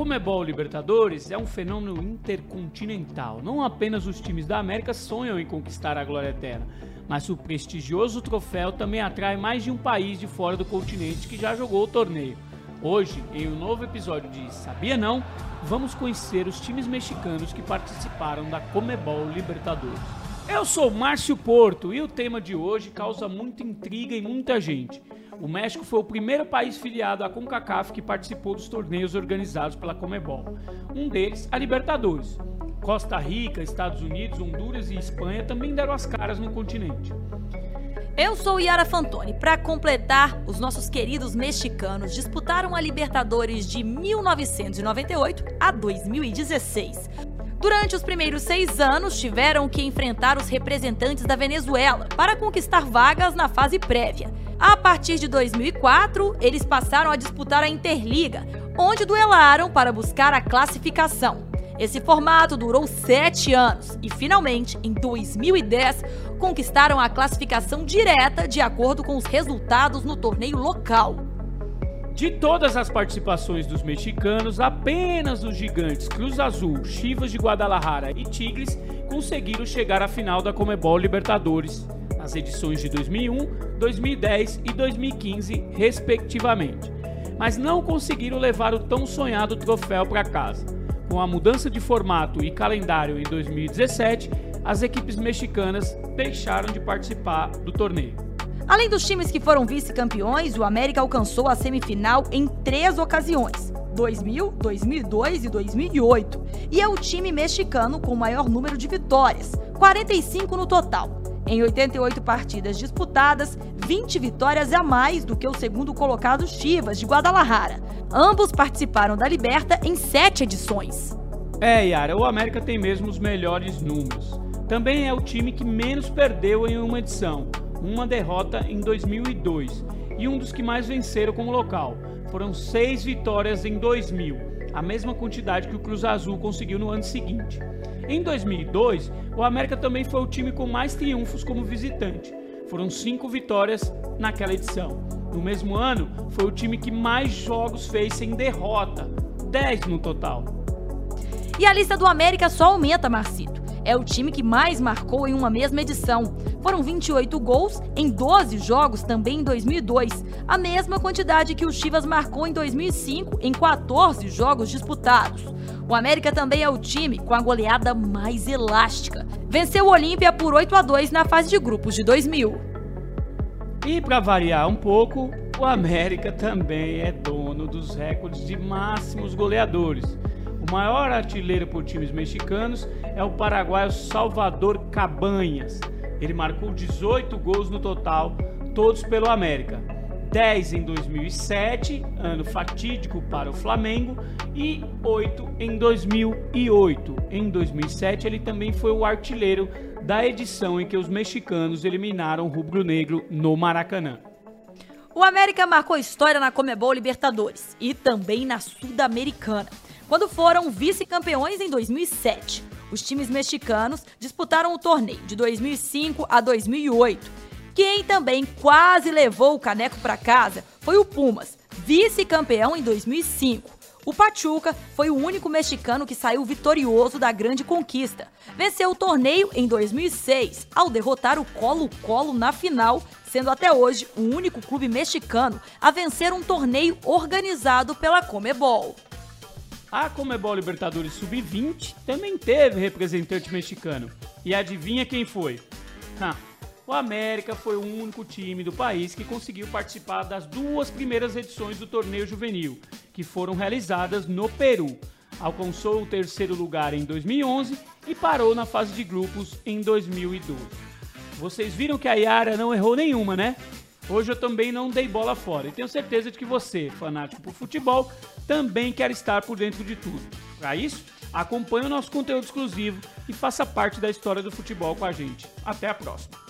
Comebol Libertadores é um fenômeno intercontinental. Não apenas os times da América sonham em conquistar a glória eterna, mas o prestigioso troféu também atrai mais de um país de fora do continente que já jogou o torneio. Hoje, em um novo episódio de Sabia Não, vamos conhecer os times mexicanos que participaram da Comebol Libertadores. Eu sou Márcio Porto e o tema de hoje causa muita intriga em muita gente. O México foi o primeiro país filiado à CONCACAF que participou dos torneios organizados pela Comebol. Um deles, a Libertadores. Costa Rica, Estados Unidos, Honduras e Espanha também deram as caras no continente. Eu sou Yara Fantoni. Para completar, os nossos queridos mexicanos disputaram a Libertadores de 1998 a 2016. Durante os primeiros 6 anos, tiveram que enfrentar os representantes da Venezuela para conquistar vagas na fase prévia. A partir de 2004, eles passaram a disputar a Interliga, onde duelaram para buscar a classificação. Esse formato durou 7 anos e, finalmente, em 2010, conquistaram a classificação direta de acordo com os resultados no torneio local. De todas as participações dos mexicanos, apenas os gigantes Cruz Azul, Chivas de Guadalajara e Tigres conseguiram chegar à final da Comebol Libertadores, nas edições de 2001, 2010 e 2015, respectivamente. Mas não conseguiram levar o tão sonhado troféu para casa. Com a mudança de formato e calendário em 2017, as equipes mexicanas deixaram de participar do torneio. Além dos times que foram vice-campeões, o América alcançou a semifinal em 3 ocasiões, 2000, 2002 e 2008, e é o time mexicano com o maior número de vitórias, 45 no total. Em 88 partidas disputadas, 20 vitórias a mais do que o segundo colocado Chivas de Guadalajara. Ambos participaram da Liberta em 7 edições. Yara, o América tem mesmo os melhores números. Também é o time que menos perdeu em uma edição, uma derrota em 2002, e um dos que mais venceram como local. Foram 6 vitórias em 2000, a mesma quantidade que o Cruz Azul conseguiu no ano seguinte. Em 2002, o América também foi o time com mais triunfos como visitante. Foram 5 vitórias naquela edição. No mesmo ano, foi o time que mais jogos fez sem derrota, 10 no total. E a lista do América só aumenta, Marcito. É o time que mais marcou em uma mesma edição. Foram 28 gols em 12 jogos também em 2002, a mesma quantidade que o Chivas marcou em 2005 em 14 jogos disputados. O América também é o time com a goleada mais elástica. Venceu o Olímpia por 8-2 na fase de grupos de 2000. E para variar um pouco, o América também é dono dos recordes de máximos goleadores. O maior artilheiro por times mexicanos é o paraguaio Salvador Cabañas. Ele marcou 18 gols no total, todos pelo América. 10 em 2007, ano fatídico para o Flamengo, e 8 em 2008. Em 2007, ele também foi o artilheiro da edição em que os mexicanos eliminaram o rubro-negro no Maracanã. O América marcou história na Comebol Libertadores e também na Sul-Americana, quando foram vice-campeões em 2007. Os times mexicanos disputaram o torneio de 2005 a 2008. Quem também quase levou o caneco para casa foi o Pumas, vice-campeão em 2005. O Pachuca foi o único mexicano que saiu vitorioso da grande conquista. Venceu o torneio em 2006, ao derrotar o Colo-Colo na final, sendo até hoje o único clube mexicano a vencer um torneio organizado pela Comebol. A Comebol Libertadores Sub-20 também teve representante mexicano. E adivinha quem foi? O América foi o único time do país que conseguiu participar das 2 primeiras edições do torneio juvenil, que foram realizadas no Peru. Alcançou o 3º lugar em 2011 e parou na fase de grupos em 2012. Vocês viram que a Yara não errou nenhuma, né? Hoje eu também não dei bola fora e tenho certeza de que você, fanático por futebol, também quer estar por dentro de tudo. Para isso, acompanhe o nosso conteúdo exclusivo e faça parte da história do futebol com a gente. Até a próxima!